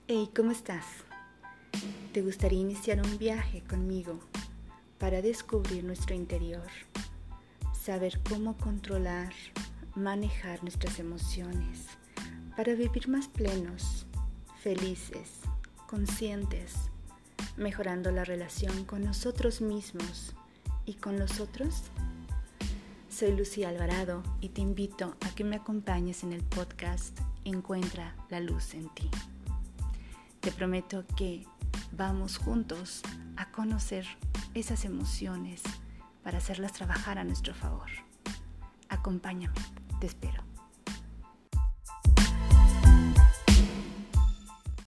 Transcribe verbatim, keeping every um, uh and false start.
Hey, ¿cómo estás? ¿Te gustaría iniciar un viaje conmigo para descubrir nuestro interior? Saber cómo controlar, manejar nuestras emociones para vivir más plenos, felices, conscientes, mejorando la relación con nosotros mismos y con los otros? Soy Lucía Alvarado y te invito a que me acompañes en el podcast Encuentra la luz en ti. Te prometo que vamos juntos a conocer esas emociones para hacerlas trabajar a nuestro favor. Acompáñame, te espero.